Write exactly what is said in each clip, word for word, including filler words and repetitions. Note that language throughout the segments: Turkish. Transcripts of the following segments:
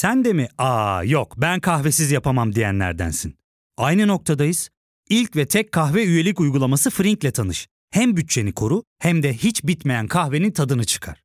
Sen de mi "Aa yok ben kahvesiz yapamam" diyenlerdensin? Aynı noktadayız. İlk ve tek kahve üyelik uygulaması Frink'le tanış. Hem bütçeni koru hem de hiç bitmeyen kahvenin tadını çıkar.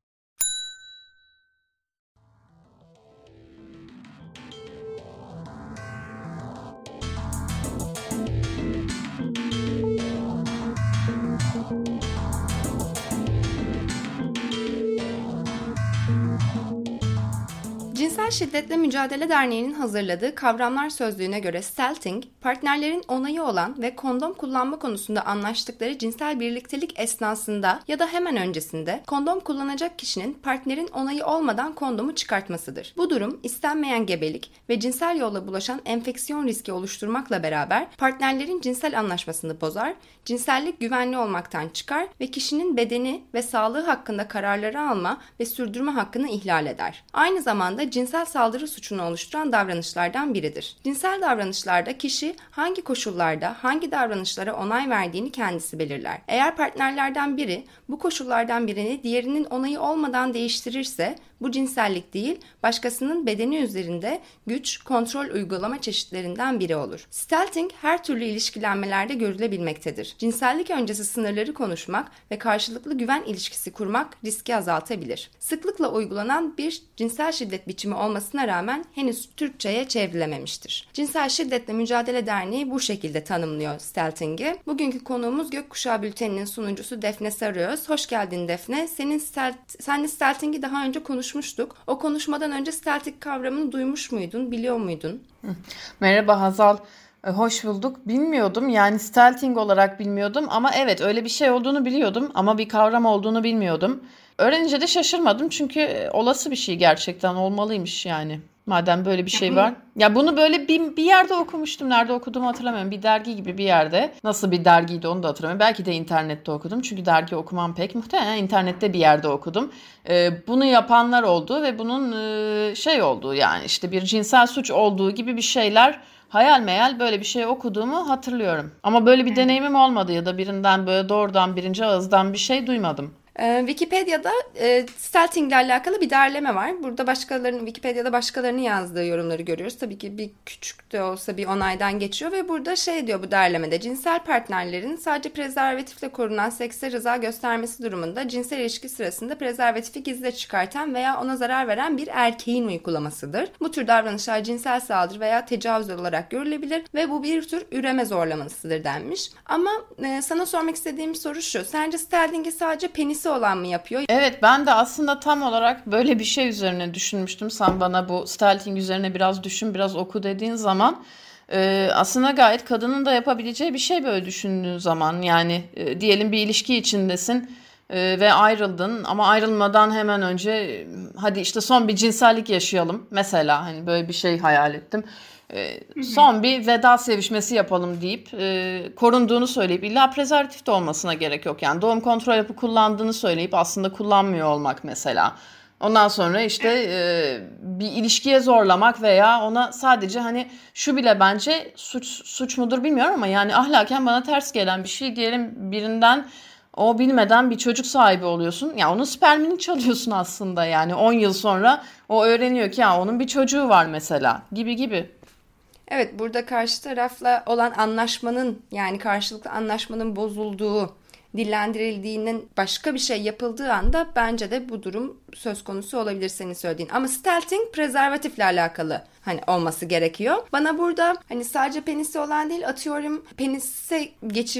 Cinsel Şiddetle Mücadele Derneği'nin hazırladığı kavramlar sözlüğüne göre stelting, partnerlerin onayı olan ve kondom kullanma konusunda anlaştıkları cinsel birliktelik esnasında ya da hemen öncesinde kondom kullanacak kişinin partnerin onayı olmadan kondomu çıkartmasıdır. Bu durum istenmeyen gebelik ve cinsel yolla bulaşan enfeksiyon riski oluşturmakla beraber partnerlerin cinsel anlaşmasını bozar, cinsellik güvenli olmaktan çıkar ve kişinin bedeni ve sağlığı hakkında kararları alma ve sürdürme hakkını ihlal eder. Aynı zamanda cinsel saldırı suçunu oluşturan davranışlardan biridir. Cinsel davranışlarda kişi hangi koşullarda hangi davranışlara onay verdiğini kendisi belirler. Eğer partnerlerden biri bu koşullardan birini diğerinin onayı olmadan değiştirirse bu cinsellik değil, başkasının bedeni üzerinde güç, kontrol uygulama çeşitlerinden biri olur. Stelting her türlü ilişkilenmelerde görülebilmektedir. Cinsellik öncesi sınırları konuşmak ve karşılıklı güven ilişkisi kurmak riski azaltabilir. Sıklıkla uygulanan bir cinsel şiddet biçimi olmasına rağmen henüz Türkçe'ye çevrilememiştir. Cinsel Şiddetle Mücadele Derneği bu şekilde tanımlıyor stelting'i. Bugünkü konuğumuz Gökkuşağı Bülteni'nin sunucusu Defne Sarıöz. Hoş geldin Defne. Senin stelt, senle stelting'i daha önce konuşmuştuk. O konuşmadan önce stelting kavramını duymuş muydun, biliyor muydun? Merhaba Hazal. Hoş bulduk. Bilmiyordum, yani stelting olarak bilmiyordum ama evet öyle bir şey olduğunu biliyordum ama bir kavram olduğunu bilmiyordum. Öğrenince de şaşırmadım çünkü olası bir şey, gerçekten olmalıymış yani. Madem böyle bir şey var. Ya bunu böyle bir, bir yerde okumuştum. Nerede okuduğumu hatırlamıyorum. Bir dergi gibi bir yerde. Nasıl bir dergiydi onu da hatırlamıyorum. Belki de internette okudum. Çünkü dergi okumam pek. Muhtemelen internette bir yerde okudum. Ee, bunu yapanlar oldu ve bunun e, şey olduğu, yani işte bir cinsel suç olduğu gibi bir şeyler, hayal meyal böyle bir şey okuduğumu hatırlıyorum. Ama böyle bir deneyimim olmadı ya da birinden böyle doğrudan birinci ağızdan bir şey duymadım. Ee, Wikipedia'da e, stelting ile alakalı bir derleme var. Burada başkalarının, Wikipedia'da başkalarının yazdığı yorumları görüyoruz. Tabii ki bir küçük de olsa bir onaydan geçiyor ve burada şey diyor bu derlemede: cinsel partnerlerin sadece prezervatifle korunan sekse rıza göstermesi durumunda cinsel ilişki sırasında prezervatifi gizle çıkartan veya ona zarar veren bir erkeğin uygulamasıdır. Bu tür davranışlar cinsel saldırı veya tecavüz olarak görülebilir ve bu bir tür üreme zorlamasıdır denmiş. Ama e, sana sormak istediğim soru şu: sence stelting'i sadece penisi olan mı yapıyor? Evet, ben de aslında tam olarak böyle bir şey üzerine düşünmüştüm. Sen bana bu stelting üzerine biraz düşün, biraz oku dediğin zaman e, aslında gayet kadının da yapabileceği bir şey böyle düşündüğün zaman. Yani e, diyelim bir ilişki içindesin e, ve ayrıldın ama ayrılmadan hemen önce e, hadi işte son bir cinsellik yaşayalım. Mesela hani böyle bir şey hayal ettim. E, son bir veda sevişmesi yapalım deyip e, korunduğunu söyleyip, illa prezervatif de olmasına gerek yok. Yani doğum kontrol hapı kullandığını söyleyip aslında kullanmıyor olmak mesela. Ondan sonra işte e, bir ilişkiye zorlamak veya ona sadece hani şu bile bence suç suç mudur bilmiyorum ama yani ahlaken bana ters gelen bir şey. Diyelim birinden o bilmeden bir çocuk sahibi oluyorsun. Ya onun spermini çalıyorsun aslında, yani on yıl sonra o öğreniyor ki ya onun bir çocuğu var mesela, gibi gibi. Evet, burada karşı tarafla olan anlaşmanın, yani karşılıklı anlaşmanın bozulduğu, dillendirildiğinin, başka bir şey yapıldığı anda bence de bu durum söz konusu olabilir senin söylediğin. Ama stelting prezervatifle alakalı hani olması gerekiyor. Bana burada hani sadece penisi olan değil, atıyorum penise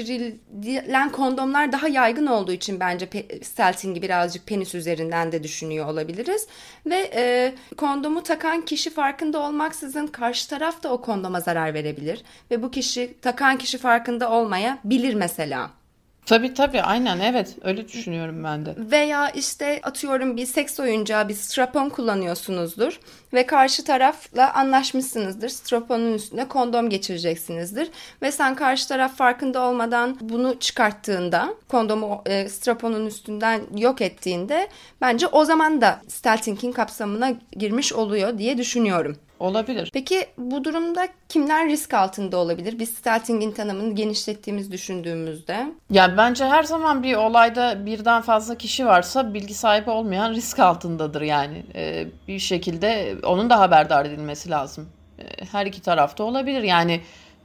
geçirilen kondomlar daha yaygın olduğu için bence pe- stelting'i birazcık penis üzerinden de düşünüyor olabiliriz. Ve e, kondomu takan kişi farkında olmaksızın karşı taraf da o kondoma zarar verebilir. Ve bu kişi, takan kişi farkında olmayabilir mesela. Tabii tabii, aynen, evet, öyle düşünüyorum ben de. Veya işte atıyorum bir seks oyuncağı, bir strap-on kullanıyorsunuzdur ve karşı tarafla anlaşmışsınızdır. Strap-on'un üstüne kondom geçireceksinizdir ve sen karşı taraf farkında olmadan bunu çıkarttığında, kondomu e, strap-on'un üstünden yok ettiğinde bence o zaman da stelting'in kapsamına girmiş oluyor diye düşünüyorum. olabilir. Peki bu durumda kimler risk altında olabilir? Biz stalking'in tanımını genişlettiğimiz düşündüğümüzde. Ya bence her zaman bir olayda birden fazla kişi varsa bilgi sahibi olmayan risk altındadır yani. Ee, bir şekilde onun da haberdar edilmesi lazım. Ee, her iki tarafta olabilir yani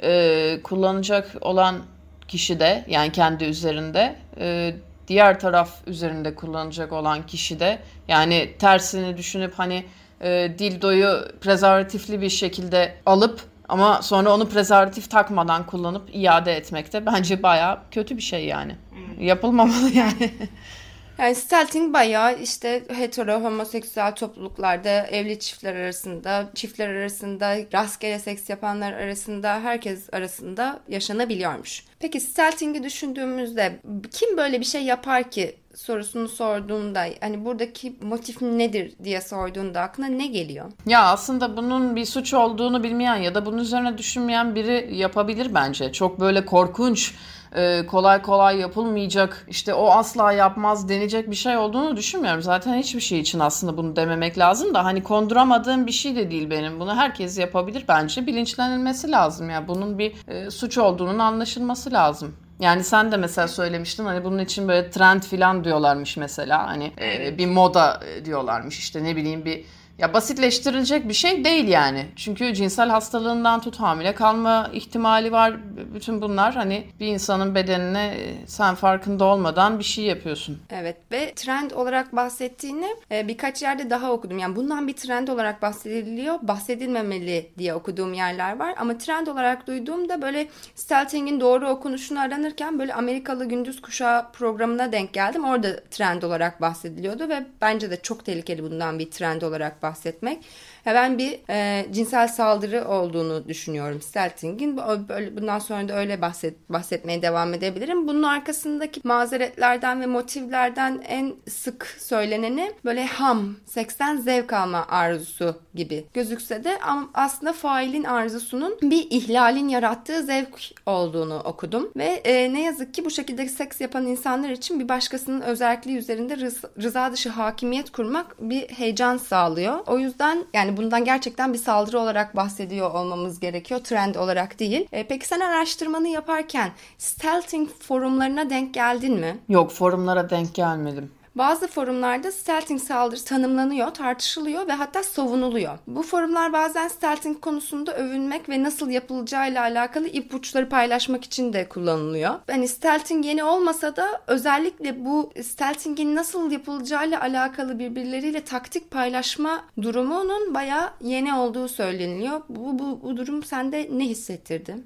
e, kullanacak olan kişi de yani kendi üzerinde, e, diğer taraf üzerinde kullanacak olan kişi de yani tersini düşünüp hani e, dildoyu prezervatifli bir şekilde alıp ama sonra onu prezervatif takmadan kullanıp iade etmek de bence bayağı kötü bir şey yani. Yapılmamalı yani. Yani stalking bayağı işte hetero, homoseksüel topluluklarda, evli çiftler arasında, çiftler arasında, rastgele seks yapanlar arasında, herkes arasında yaşanabiliyormuş. Peki stalking'i düşündüğümüzde kim böyle bir şey yapar ki sorusunu sorduğunda, hani buradaki motif nedir diye sorduğunda aklına ne geliyor? Ya aslında bunun bir suç olduğunu bilmeyen ya da bunun üzerine düşünmeyen biri yapabilir bence. Çok böyle korkunç, kolay kolay yapılmayacak, işte o asla yapmaz denecek bir şey olduğunu düşünmüyorum. Zaten hiçbir şey için aslında bunu dememek lazım da hani konduramadığım bir şey de değil benim. Bunu herkes yapabilir bence. Bilinçlenilmesi lazım ya. Yani bunun bir e, suç olduğunun anlaşılması lazım. Yani sen de mesela söylemiştin hani bunun için böyle trend falan diyorlarmış mesela. Hani e, bir moda diyorlarmış işte ne bileyim bir ya basitleştirilecek bir şey değil yani. Çünkü cinsel hastalığından tut hamile kalma ihtimali var. Bütün bunlar hani bir insanın bedenine sen farkında olmadan bir şey yapıyorsun. Evet ve trend olarak bahsettiğini birkaç yerde daha okudum. Yani bundan bir trend olarak bahsediliyor, bahsedilmemeli diye okuduğum yerler var. Ama trend olarak duyduğumda böyle stalking'in doğru okunuşunu aranırken böyle Amerikalı Gündüz Kuşağı programına denk geldim. Orada trend olarak bahsediliyordu ve bence de çok tehlikeli bundan bir trend olarak bahsetmek. Ya ben bir e, cinsel saldırı olduğunu düşünüyorum stalking'in. Böyle, bundan sonra da öyle bahset, bahsetmeye devam edebilirim. Bunun arkasındaki mazeretlerden ve motivlerden en sık söyleneni böyle ham, seksten zevk alma arzusu gibi gözükse de aslında failin arzusunun bir ihlalin yarattığı zevk olduğunu okudum. Ve e, ne yazık ki bu şekilde seks yapan insanlar için bir başkasının özelliği üzerinde rız, rıza dışı hakimiyet kurmak bir heyecan sağlıyor. O yüzden yani bundan gerçekten bir saldırı olarak bahsediyor olmamız gerekiyor. Trend olarak değil. E, peki sen araştırmanı yaparken stalking forumlarına denk geldin mi? Yok, forumlara denk gelmedim. Bazı forumlarda stalking saldırısı tanımlanıyor, tartışılıyor ve hatta savunuluyor. Bu forumlar bazen stalking konusunda övünmek ve nasıl yapılacağıyla alakalı ipuçları paylaşmak için de kullanılıyor. Yani stalking yeni olmasa da özellikle bu stalkingin nasıl yapılacağıyla alakalı birbirleriyle taktik paylaşma durumunun bayağı yeni olduğu söyleniliyor. Bu, bu, bu durum sende ne hissettirdi?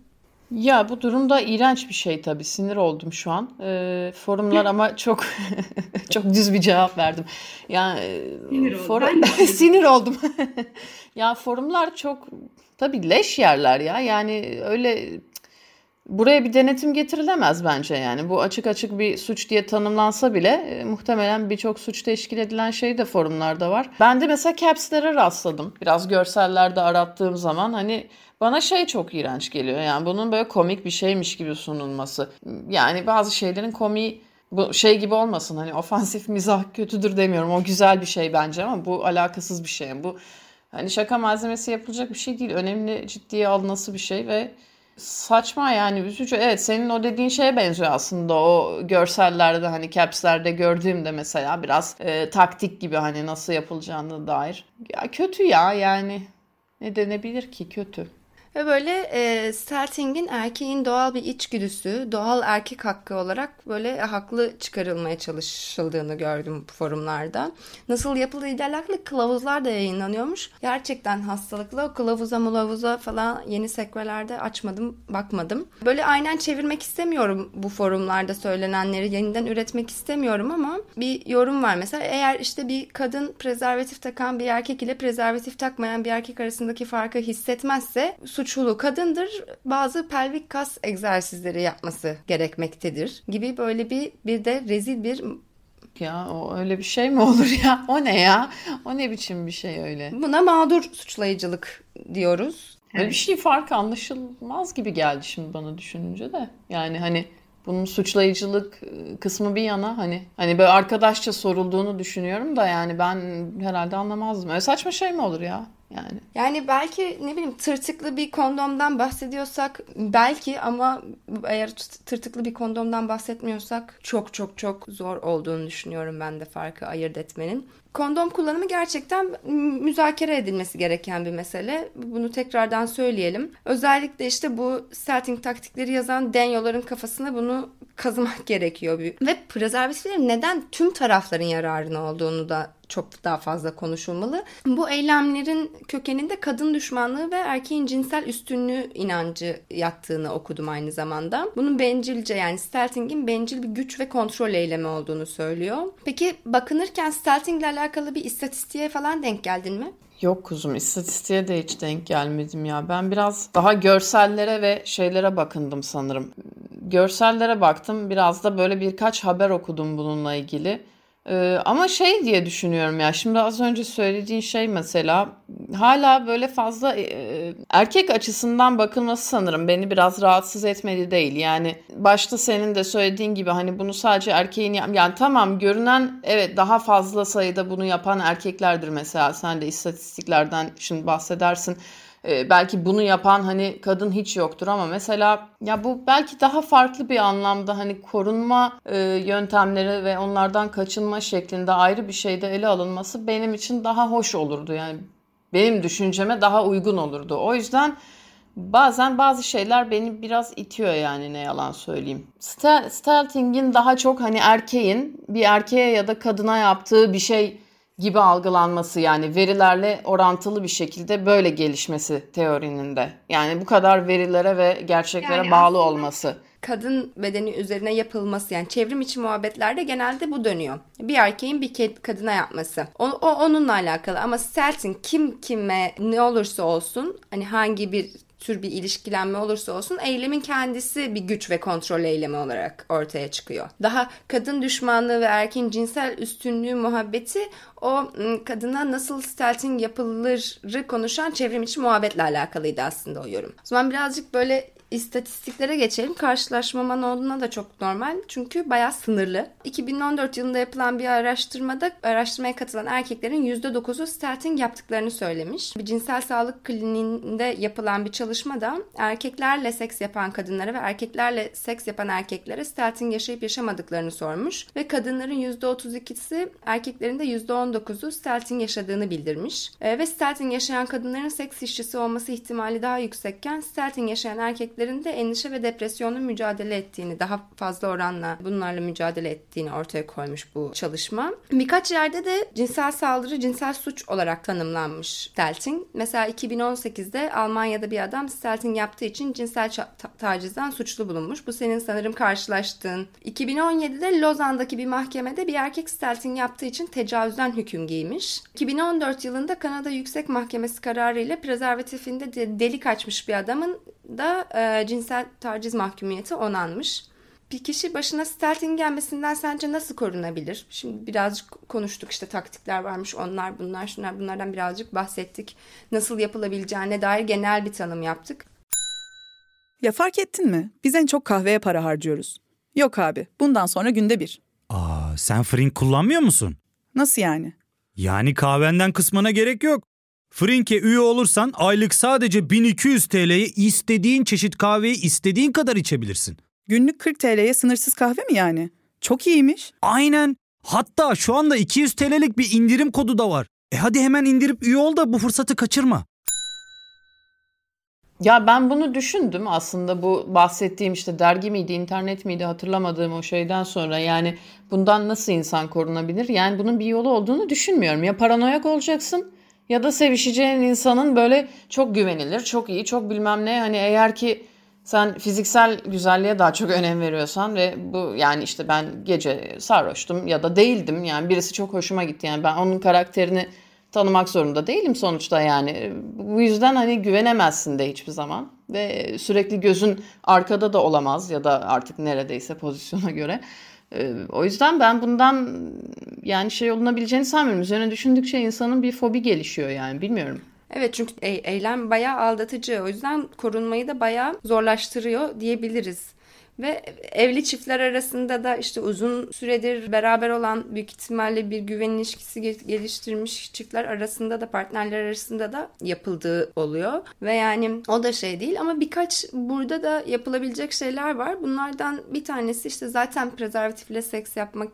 Ya bu durumda iğrenç bir şey tabii. Sinir oldum şu an. Ee, forumlar ama çok çok düz bir cevap verdim. Yani sinir oldum. Forum... sinir oldum. Ya forumlar çok tabii leş yerler ya. Yani öyle buraya bir denetim getirilemez bence yani. Bu açık açık bir suç diye tanımlansa bile e, muhtemelen birçok suç teşkil edilen şey de forumlarda var. Ben de mesela capslere rastladım. Biraz görsellerde arattığım zaman hani bana şey çok iğrenç geliyor. Yani bunun böyle komik bir şeymiş gibi sunulması. Yani bazı şeylerin komiği bu şey gibi olmasın. Hani ofansif mizah kötüdür demiyorum. O güzel bir şey bence ama bu alakasız bir şey. Bu hani şaka malzemesi yapılacak bir şey değil. Önemli, ciddiye alınası bir şey ve saçma yani üzücü. Evet, senin o dediğin şeye benziyor aslında o görsellerde hani capslerde gördüğümde mesela biraz e, taktik gibi hani nasıl yapılacağına dair. Ya kötü ya yani ne denebilir ki, kötü. Ve böyle e, stalkingin erkeğin doğal bir içgüdüsü, doğal erkek hakkı olarak böyle haklı çıkarılmaya çalışıldığını gördüm forumlarda. Nasıl yapıldığıyla alakalı kılavuzlar da yayınlanıyormuş. Gerçekten hastalıklı. O kılavuza mulavuza falan yeni sekmelerde açmadım, bakmadım. Böyle aynen çevirmek istemiyorum bu forumlarda söylenenleri. Yeniden üretmek istemiyorum ama bir yorum var. Mesela eğer işte bir kadın prezervatif takan bir erkek ile prezervatif takmayan bir erkek arasındaki farkı hissetmezse suçlu kadındır, bazı pelvik kas egzersizleri yapması gerekmektedir gibi böyle bir bir de rezil bir... Ya o öyle bir şey mi olur ya? O ne ya? O ne biçim bir şey öyle? Buna mağdur suçlayıcılık diyoruz. Öyle bir şey farkı anlaşılmaz gibi geldi şimdi bana düşününce de. Yani hani bunun suçlayıcılık kısmı bir yana hani hani böyle arkadaşça sorulduğunu düşünüyorum da yani ben herhalde anlamazdım. Öyle saçma şey mi olur ya? yani. Yani belki ne bileyim tırtıklı bir kondomdan bahsediyorsak belki, ama eğer tırtıklı bir kondomdan bahsetmiyorsak çok çok çok zor olduğunu düşünüyorum ben de farkı ayırt etmenin. Kondom kullanımı gerçekten müzakere edilmesi gereken bir mesele. Bunu tekrardan söyleyelim. Özellikle işte bu Stelting taktikleri yazan denyoların kafasına bunu kazımak gerekiyor. Ve prezervatiflerin neden tüm tarafların yararına olduğunu da çok daha fazla konuşulmalı. Bu eylemlerin kökeninde kadın düşmanlığı ve erkeğin cinsel üstünlüğü inancı yattığını okudum aynı zamanda. Bunun bencilce, yani Stelting'in bencil bir güç ve kontrol eylemi olduğunu söylüyor. Peki bakınırken Stelting'le alakalı bir istatistiğe falan denk geldin mi? Yok kuzum, istatistiğe de hiç denk gelmedim ya. Ben biraz daha görsellere ve şeylere bakındım sanırım. Görsellere baktım. Biraz da böyle birkaç haber okudum bununla ilgili. Ee, ama şey diye düşünüyorum ya, şimdi az önce söylediğin şey mesela hala böyle fazla e, erkek açısından bakılması sanırım beni biraz rahatsız etmedi değil. Yani başta senin de söylediğin gibi hani bunu sadece erkeğin, yani tamam, görünen evet daha fazla sayıda bunu yapan erkeklerdir mesela, sen de istatistiklerden şimdi bahsedersin. Ee, belki bunu yapan hani kadın hiç yoktur ama mesela ya bu belki daha farklı bir anlamda hani korunma e, yöntemleri ve onlardan kaçınma şeklinde ayrı bir şeyde ele alınması benim için daha hoş olurdu. Yani benim düşünceme daha uygun olurdu. O yüzden bazen bazı şeyler beni biraz itiyor, yani ne yalan söyleyeyim. Stel- Stelting'in daha çok hani erkeğin bir erkeğe ya da kadına yaptığı bir şey gibi algılanması, yani verilerle orantılı bir şekilde böyle gelişmesi teorinin de. Yani bu kadar verilere ve gerçeklere Yani bağlı olması. Kadın bedeni üzerine yapılması, yani çevrim içi muhabbetlerde genelde bu dönüyor. Bir erkeğin bir kadına yapması. O, o onunla alakalı, ama Stelting kim kime ne olursa olsun, hani hangi bir tür bir ilişkilenme olursa olsun eylemin kendisi bir güç ve kontrol eylemi olarak ortaya çıkıyor. Daha kadın düşmanlığı ve erkeğin cinsel üstünlüğü muhabbeti o kadına nasıl Stelting yapılırı konuşan çevrim içi muhabbetle alakalıydı aslında o yorum. O zaman birazcık böyle İstatistiklere geçelim. Karşılaşmaman olduğuna da çok normal. Çünkü bayağı sınırlı. iki bin on dört yılında yapılan bir araştırmada araştırmaya katılan erkeklerin yüzde dokuzu Stelting yaptıklarını söylemiş. Bir cinsel sağlık kliniğinde yapılan bir çalışmada erkeklerle seks yapan kadınlara ve erkeklerle seks yapan erkeklere Stelting yaşayıp yaşamadıklarını sormuş. Ve kadınların yüzde otuz ikisi, erkeklerin de yüzde on dokuzu Stelting yaşadığını bildirmiş. E, ve Stelting yaşayan kadınların seks işçisi olması ihtimali daha yüksekken Stelting yaşayan erkeklerin de endişe ve depresyonla mücadele ettiğini, daha fazla oranla bunlarla mücadele ettiğini ortaya koymuş bu çalışma. Birkaç yerde de cinsel saldırı cinsel suç olarak tanımlanmış Stelting. Mesela iki bin on sekizde Almanya'da bir adam Stelting yaptığı için cinsel ta- tacizden suçlu bulunmuş. Bu senin sanırım karşılaştığın. iki bin on yedide Lozan'daki bir mahkemede bir erkek Stelting yaptığı için tecavüzden hüküm giymiş. iki bin on dört yılında Kanada Yüksek Mahkemesi kararıyla prezervatifinde de delik açmış bir adamın da e, cinsel taciz mahkumiyeti onanmış. Bir kişi başına Stelting gelmesinden sence nasıl korunabilir? Şimdi birazcık konuştuk, işte taktikler varmış, onlar bunlar şunlar, bunlardan birazcık bahsettik. Nasıl yapılabileceğine dair genel bir tanım yaptık. Ya fark ettin mi? Biz en çok kahveye para harcıyoruz. Yok abi, bundan sonra günde bir. Aa, sen Frink kullanmıyor musun? Nasıl yani? Yani kahvenden kısmına gerek yok. Frink'e üye olursan aylık sadece bin iki yüz T L'ye istediğin çeşit kahveyi istediğin kadar içebilirsin. Günlük kırk T L'ye sınırsız kahve mi yani? Çok iyiymiş. Aynen. Hatta şu anda iki yüz T L'lik bir indirim kodu da var. E hadi hemen indirip üye ol da bu fırsatı kaçırma. Ya ben bunu düşündüm aslında, bu bahsettiğim işte dergi miydi, internet miydi hatırlamadığım o şeyden sonra. Yani bundan nasıl insan korunabilir? Yani bunun bir yolu olduğunu düşünmüyorum. Ya paranoyak olacaksın ya da sevişeceğin insanın böyle çok güvenilir, çok iyi, çok bilmem ne. Hani eğer ki sen fiziksel güzelliğe daha çok önem veriyorsan ve bu, yani işte ben gece sarhoştum ya da değildim. Yani birisi çok hoşuma gitti. Yani ben onun karakterini tanımak zorunda değilim sonuçta yani. Bu yüzden hani güvenemezsin de hiçbir zaman. Ve sürekli gözün arkada da olamaz ya da artık neredeyse pozisyona göre. Ee, o yüzden ben bundan yani şey olunabileceğini sanmıyorum. Üzerine düşündükçe insanın bir fobi gelişiyor yani, bilmiyorum. Evet, çünkü eylem bayağı aldatıcı. O yüzden korunmayı da bayağı zorlaştırıyor diyebiliriz. Ve evli çiftler arasında da işte uzun süredir beraber olan, büyük ihtimalle bir güven ilişkisi geliştirmiş çiftler arasında da, partnerler arasında da yapıldığı oluyor. Ve yani o da şey değil ama birkaç burada da yapılabilecek şeyler var. Bunlardan bir tanesi işte zaten prezervatifle seks yapmak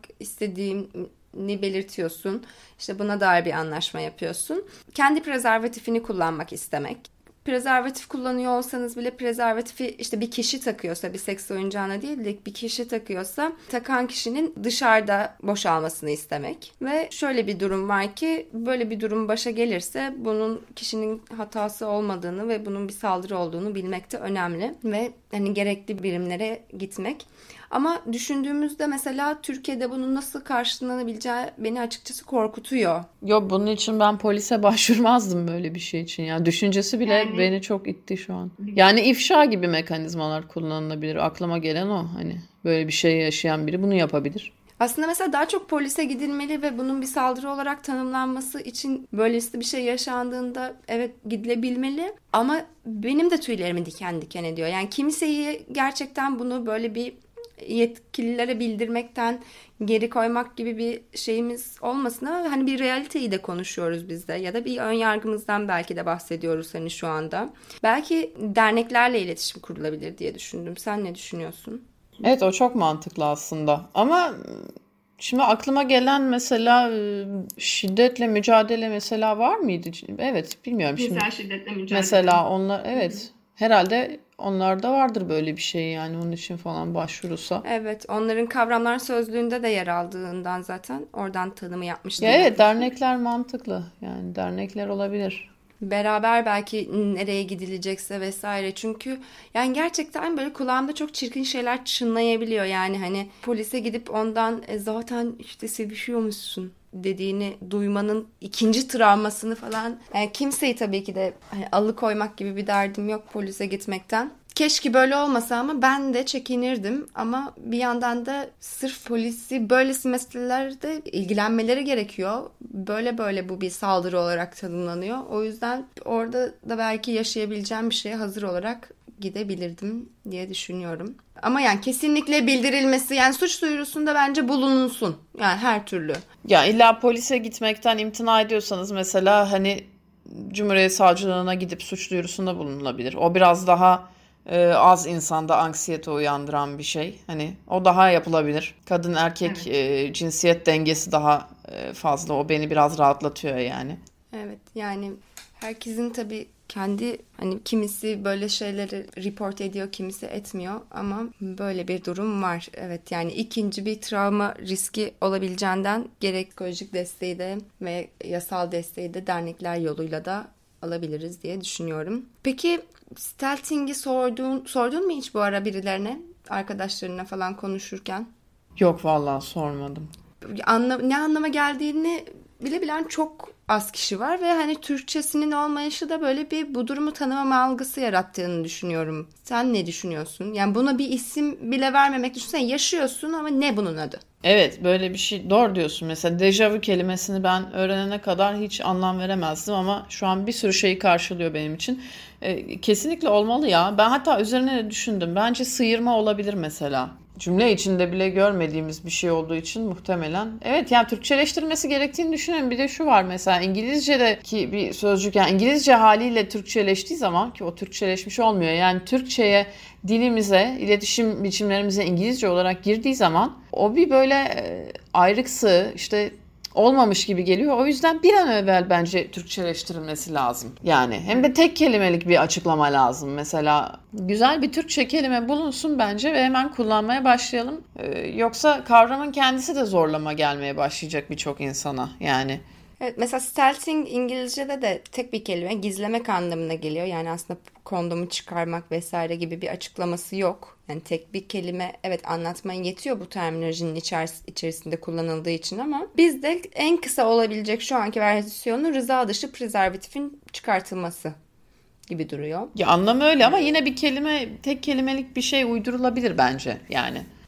istediğini belirtiyorsun. İşte buna dair bir anlaşma yapıyorsun. Kendi prezervatifini kullanmak istemek. Prezervatif kullanıyor olsanız bile prezervatifi işte bir kişi takıyorsa, bir seks oyuncağına değil de bir kişi takıyorsa takan kişinin dışarıda boşalmasını istemek. Ve şöyle bir durum var ki böyle bir durum başa gelirse bunun kişinin hatası olmadığını ve bunun bir saldırı olduğunu bilmek de önemli ve hani gerekli birimlere gitmek. Ama düşündüğümüzde mesela Türkiye'de bunun nasıl karşılanabileceği beni açıkçası korkutuyor. Yok, bunun için ben polise başvurmazdım böyle bir şey için. Yani düşüncesi bile Yani- beni çok itti şu an. Yani ifşa gibi mekanizmalar kullanılabilir. Aklıma gelen o. Hani böyle bir şey yaşayan biri bunu yapabilir. Aslında mesela daha çok polise gidilmeli ve bunun bir saldırı olarak tanımlanması için böylesi bir şey yaşandığında evet gidilebilmeli. Ama benim de tüylerimi diken diken ediyor. Yani kimseyi gerçekten bunu böyle bir yetkililere bildirmekten geri koymak gibi bir şeyimiz olmasın ama hani bir realiteyi de konuşuyoruz biz de ya da bir ön yargımızdan belki de bahsediyoruz hani şu anda. Belki derneklerle iletişim kurulabilir diye düşündüm. Sen ne düşünüyorsun? Evet, o çok mantıklı aslında. Ama şimdi aklıma gelen mesela e, şiddetle mücadele mesela var mıydı? Evet, bilmiyorum şimdi. şiddetle mücadele. Mesela onlar, evet, herhalde onlarda vardır böyle bir şey, yani onun için falan başvurulsa. Evet, onların kavramlar sözlüğünde de yer aldığından zaten oradan tanımı yapmışlar. Ya evet, dernekler mantıklı. Yani dernekler olabilir. Beraber belki nereye gidilecekse vesaire. Çünkü yani gerçekten böyle kulağımda çok çirkin şeyler çınlayabiliyor. Yani hani polise gidip ondan e, zaten işte sevişiyormuşsun dediğini duymanın ikinci travmasını falan. Yani kimseyi tabii ki de hani alıkoymak gibi bir derdim yok polise gitmekten. Keşke böyle olmasa ama ben de çekinirdim. Ama bir yandan da sırf polisi böylesi meselelerde ilgilenmeleri gerekiyor. Böyle böyle bu bir saldırı olarak tanımlanıyor. O yüzden orada da belki yaşayabileceğim bir şeye hazır olarak gidebilirdim diye düşünüyorum. Ama yani kesinlikle bildirilmesi, yani suç duyurusunda bence bulunulsun. Yani her türlü. Ya illa polise gitmekten imtina ediyorsanız mesela hani Cumhuriyet Savcılığına gidip suç duyurusunda bulunulabilir. O biraz daha e, az insanda anksiyete uyandıran bir şey. Hani o daha yapılabilir. Kadın erkek e, cinsiyet dengesi daha e, fazla. O beni biraz rahatlatıyor yani. Evet, yani herkesin tabii kendi hani kimisi böyle şeyleri report ediyor, kimisi etmiyor ama böyle bir durum var. Evet, yani ikinci bir travma riski olabileceğinden gerek psikolojik desteği de ve yasal desteği de dernekler yoluyla da alabiliriz diye düşünüyorum. Peki stealthing'i sordun, sordun mu hiç bu ara birilerine, arkadaşlarına falan konuşurken? Yok, vallahi sormadım. Anla, ne anlama geldiğini bile bilen çok az kişi var ve hani Türkçesinin olmayışı da böyle bir bu durumu tanımama algısı yarattığını düşünüyorum. Sen ne düşünüyorsun? Yani buna bir isim bile vermemek, düşünsene yaşıyorsun ama ne bunun adı? Evet, böyle bir şey doğru diyorsun. Mesela dejavu kelimesini ben öğrenene kadar hiç anlam veremezdim ama şu an bir sürü şeyi karşılıyor benim için. Ee, kesinlikle olmalı ya. Ben hatta üzerine de düşündüm. Bence sıyırma olabilir mesela. Cümle içinde bile görmediğimiz bir şey olduğu için muhtemelen. Evet, yani Türkçeleştirmesi gerektiğini düşünüyorum. Bir de şu var mesela İngilizce'deki bir sözcük, yani İngilizce haliyle Türkçeleştiği zaman, ki o Türkçeleşmiş olmuyor. Yani Türkçe'ye, dilimize, iletişim biçimlerimize İngilizce olarak girdiği zaman o bir böyle e, ayrıksı, işte olmamış gibi geliyor. O yüzden bir an evvel bence Türkçeleştirilmesi lazım. Yani hem de tek kelimelik bir açıklama lazım. Mesela güzel bir Türkçe kelime bulunsun bence ve hemen kullanmaya başlayalım. Ee, yoksa kavramın kendisi de zorlama gelmeye başlayacak birçok insana yani. Evet, mesela stealthing İngilizce'de de tek bir kelime, gizlemek anlamına geliyor. Yani aslında kondomu çıkarmak vesaire gibi bir açıklaması yok. Yani tek bir kelime evet anlatmaya yetiyor bu terminolojinin içeris- içerisinde kullanıldığı için ama bizde en kısa olabilecek şu anki versiyonu rıza dışı prezervatifin çıkartılması gibi duruyor. Ya anlamı öyle ama yine bir kelime, tek kelimelik bir şey uydurulabilir bence yani.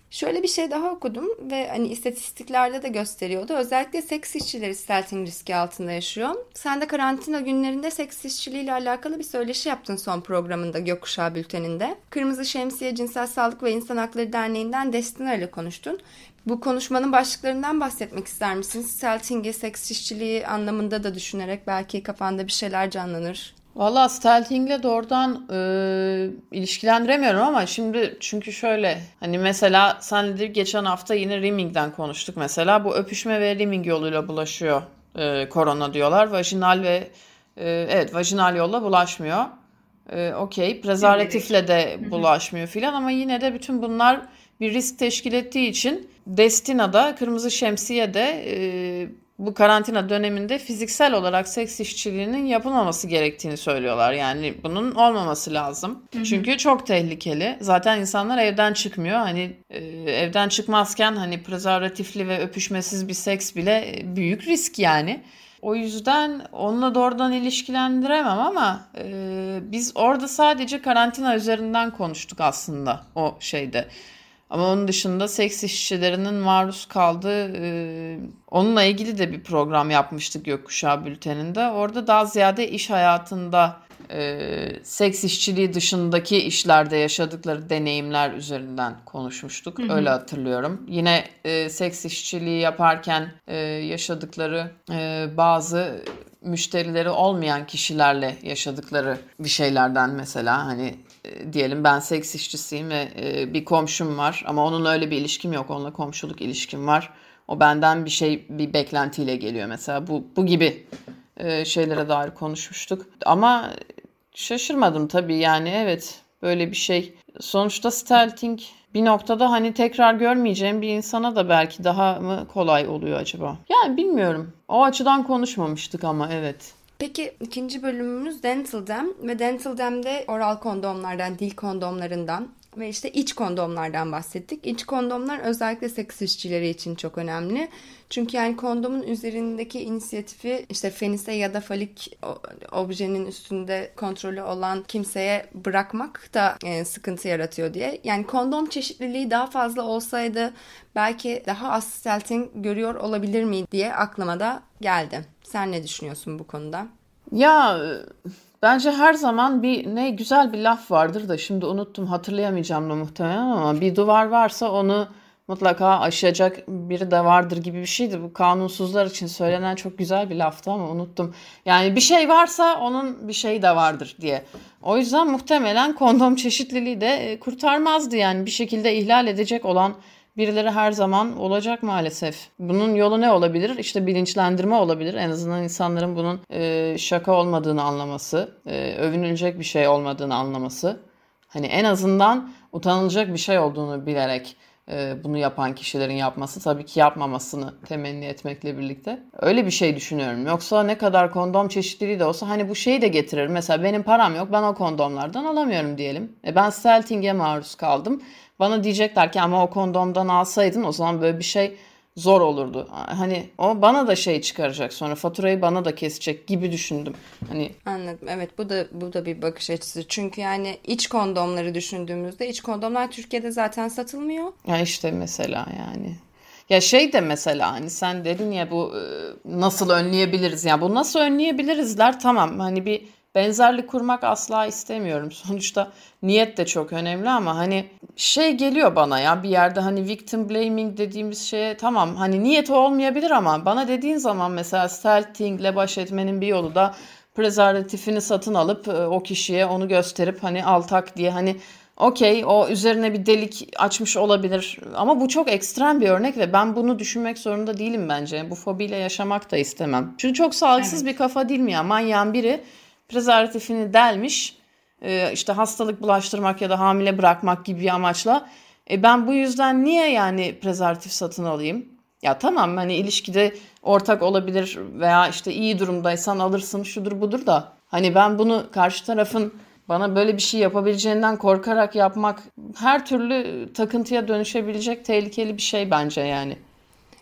Şöyle bir şey daha okudum ve hani istatistiklerde de gösteriyordu. Özellikle seks işçileri stelting riski altında yaşıyor. Sen de karantina günlerinde seks işçiliğiyle alakalı bir söyleşi yaptın son programında Gökkuşağı Bülteni'nde. Kırmızı Şemsiye Cinsel Sağlık ve İnsan Hakları Derneği'nden Destina ile konuştun. Bu konuşmanın başlıklarından bahsetmek ister misin? Stelting'i, seks işçiliği anlamında da düşünerek belki kafanda bir şeyler canlanır. Valla stelting'le doğrudan e, ilişkilendiremiyorum ama şimdi çünkü şöyle hani mesela senle de geçen hafta yine rimming'den konuştuk mesela. Bu öpüşme ve rimming yoluyla bulaşıyor e, korona diyorlar. Vajinal ve e, evet vajinal yolla bulaşmıyor. E, Okey, prezervatifle de bulaşmıyor filan ama yine de bütün bunlar bir risk teşkil ettiği için Destina'da, Kırmızı Şemsiye'de e, bu karantina döneminde fiziksel olarak seks işçiliğinin yapılmaması gerektiğini söylüyorlar. Yani bunun olmaması lazım. Hı hı. Çünkü çok tehlikeli. Zaten insanlar evden çıkmıyor. Hani e, evden çıkmazken hani prezervatifli ve öpüşmesiz bir seks bile büyük risk yani. O yüzden onunla doğrudan ilişkilendiremem ama e, biz orada sadece karantina üzerinden konuştuk aslında o şeyde. Ama onun dışında seks işçilerinin maruz kaldığı e, onunla ilgili de bir program yapmıştık Gökkuşağı Bülteni'nde. Orada daha ziyade iş hayatında e, seks işçiliği dışındaki işlerde yaşadıkları deneyimler üzerinden konuşmuştuk. Hı hı. Öyle hatırlıyorum. Yine e, seks işçiliği yaparken e, yaşadıkları e, bazı müşterileri olmayan kişilerle yaşadıkları bir şeylerden mesela hani e, diyelim ben seks işçisiyim ve e, bir komşum var ama onun öyle bir ilişkim yok. Onunla komşuluk ilişkim var. O benden bir şey bir beklentiyle geliyor mesela. Bu bu gibi e, şeylere dair konuşmuştuk. Ama şaşırmadım tabii yani evet böyle bir şey. Sonuçta stelting bir noktada hani tekrar görmeyeceğim bir insana da belki daha mı kolay oluyor acaba? Yani bilmiyorum. O açıdan konuşmamıştık ama evet. Peki ikinci bölümümüz Dental Dam ve Dental Dam'de oral kondomlardan, dil kondomlarından ve işte iç kondomlardan bahsettik. İç kondomlar özellikle seks işçileri için çok önemli. Çünkü yani kondomun üzerindeki inisiyatifi işte fenise ya da falik objenin üstünde kontrolü olan kimseye bırakmak da e, sıkıntı yaratıyor diye. Yani kondom çeşitliliği daha fazla olsaydı belki daha az stelting görüyor olabilir miydi diye aklıma da geldi. Sen ne düşünüyorsun bu konuda? Ya bence her zaman bir ne güzel bir laf vardır da şimdi unuttum hatırlayamayacağım da muhtemelen ama bir duvar varsa onu mutlaka aşacak biri de vardır gibi bir şeydi. Bu kanunsuzlar için söylenen çok güzel bir laftı ama unuttum. Yani bir şey varsa onun bir şeyi de vardır diye. O yüzden muhtemelen kondom çeşitliliği de kurtarmazdı yani bir şekilde ihlal edecek olan birileri her zaman olacak maalesef. Bunun yolu ne olabilir? İşte bilinçlendirme olabilir. En azından insanların bunun e, şaka olmadığını anlaması, e, övünülecek bir şey olmadığını anlaması. Hani en azından utanılacak bir şey olduğunu bilerek e, bunu yapan kişilerin yapması, tabii ki yapmamasını temenni etmekle birlikte. Öyle bir şey düşünüyorum. Yoksa ne kadar kondom çeşitliliği de olsa hani bu şeyi de getirir. Mesela benim param yok, ben o kondomlardan alamıyorum diyelim. E ben stelting'e maruz kaldım. Bana diyecekler ki ama o kondomdan alsaydın o zaman böyle bir şey zor olurdu. Hani o bana da şey çıkaracak sonra faturayı bana da kesecek gibi düşündüm. Hani anladım. Evet bu da bu da bir bakış açısı. Çünkü yani iç kondomları düşündüğümüzde iç kondomlar Türkiye'de zaten satılmıyor. Ya işte mesela yani. Ya şey de mesela hani sen dedin ya bu nasıl önleyebiliriz? Ya bu nasıl önleyebilirizler? Tamam hani bir benzerlik kurmak asla istemiyorum. Sonuçta niyet de çok önemli ama hani şey geliyor bana ya bir yerde hani victim blaming dediğimiz şeye tamam hani niyeti olmayabilir ama bana dediğin zaman mesela steltingle baş etmenin bir yolu da prezervatifini satın alıp o kişiye onu gösterip hani al tak diye hani okey o üzerine bir delik açmış olabilir ama bu çok ekstrem bir örnek ve ben bunu düşünmek zorunda değilim bence. Bu fobiyle yaşamak da istemem. Çünkü çok sağlıksız evet. Bir kafa değil mi ya? Manyağın biri prezervatifini delmiş işte hastalık bulaştırmak ya da hamile bırakmak gibi bir amaçla. E ben bu yüzden niye yani prezervatif satın alayım? Ya tamam hani ilişkide ortak olabilir veya işte iyi durumdaysan alırsın şudur budur da. Hani ben bunu karşı tarafın bana böyle bir şey yapabileceğinden korkarak yapmak her türlü takıntıya dönüşebilecek tehlikeli bir şey bence yani.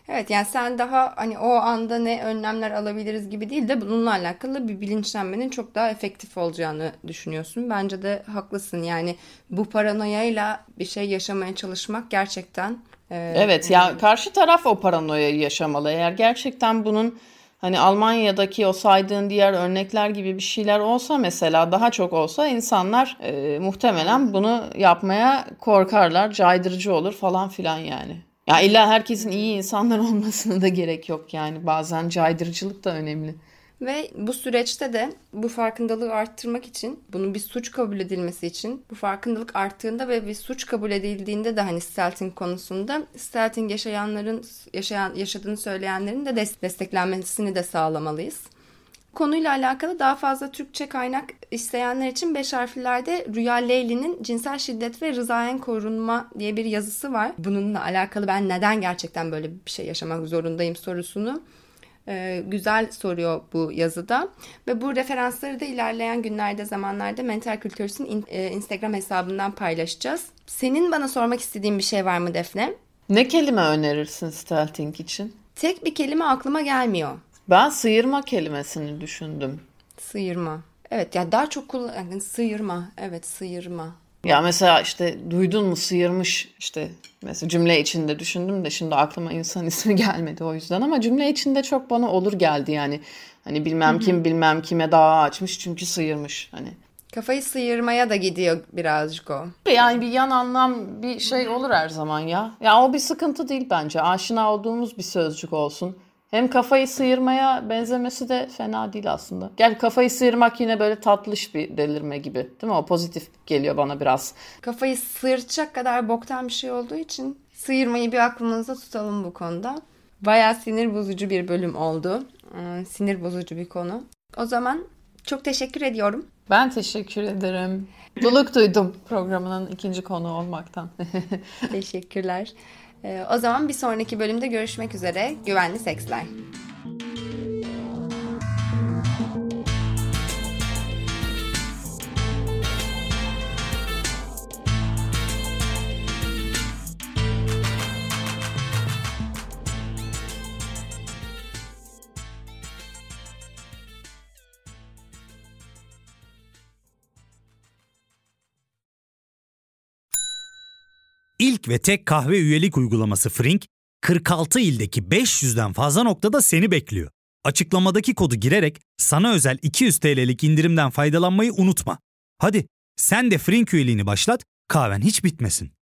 Evet, yani sen daha hani o anda ne önlemler alabiliriz gibi değil de bununla alakalı bir bilinçlenmenin çok daha efektif olacağını düşünüyorsun. Bence de haklısın, yani bu paranoyayla bir şey yaşamaya çalışmak gerçekten... e, Evet ya, karşı taraf o paranoyayı yaşamalı. Eğer gerçekten bunun hani Almanya'daki o saydığın diğer örnekler gibi bir şeyler olsa, mesela daha çok olsa, insanlar e, muhtemelen bunu yapmaya korkarlar, caydırıcı olur falan filan yani. Ya illa herkesin iyi insanlar olmasına da gerek yok yani. Bazen caydırıcılık da önemli. Ve bu süreçte de bu farkındalığı arttırmak için, bunun bir suç kabul edilmesi için, bu farkındalık arttığında ve bir suç kabul edildiğinde de hani stalking konusunda stalking yaşayanların yaşayan yaşadığını söyleyenlerin de des- desteklenmesini de sağlamalıyız. Konuyla alakalı daha fazla Türkçe kaynak isteyenler için beş harflerde Rüya Leyli'nin Cinsel Şiddet ve Rızaen Korunma diye bir yazısı var. Bununla alakalı ben neden gerçekten böyle bir şey yaşamak zorundayım sorusunu e, güzel soruyor bu yazıda. Ve bu referansları da ilerleyen günlerde, zamanlarda Mental Kültürs'ün in, e, Instagram hesabından paylaşacağız. Senin bana sormak istediğin bir şey var mı Defne? Ne kelime önerirsin stalking için? Tek bir kelime aklıma gelmiyor. Ben sıyırma kelimesini düşündüm. Sıyırma. Evet, ya daha çok kullan yani sıyırma. Evet, sıyırma. Ya mesela işte duydun mu sıyırmış, işte mesela cümle içinde düşündüm de şimdi aklıma insan ismi gelmedi o yüzden, ama cümle içinde çok bana olur geldi yani. Hani bilmem kim bilmem kime dava açmış çünkü sıyırmış hani. Kafayı sıyırmaya da gidiyor birazcık o. Yani bir yan anlam bir şey olur her zaman ya. Ya o bir sıkıntı değil bence. Aşina olduğumuz bir sözcük olsun. Hem kafayı sıyırmaya benzemesi de fena değil aslında. Gel, kafayı sıyırmak yine böyle tatlış bir delirme gibi, değil mi? O pozitif geliyor bana biraz. Kafayı sıyıracak kadar boktan bir şey olduğu için sıyırmayı bir aklımızda tutalım bu konuda. Bayağı sinir bozucu bir bölüm oldu. Ee, sinir bozucu bir konu. O zaman çok teşekkür ediyorum. Ben teşekkür ederim. Mutluluk duydum programının ikinci konu olmaktan. Teşekkürler. Ee, o zaman bir sonraki bölümde görüşmek üzere. Güvenli seksler. İlk ve tek kahve üyelik uygulaması Frink, kırk altı ildeki beş yüzden fazla noktada seni bekliyor. Açıklamadaki kodu girerek sana özel iki yüz TL'lik indirimden faydalanmayı unutma. Hadi sen de Frink üyeliğini başlat, kahven hiç bitmesin.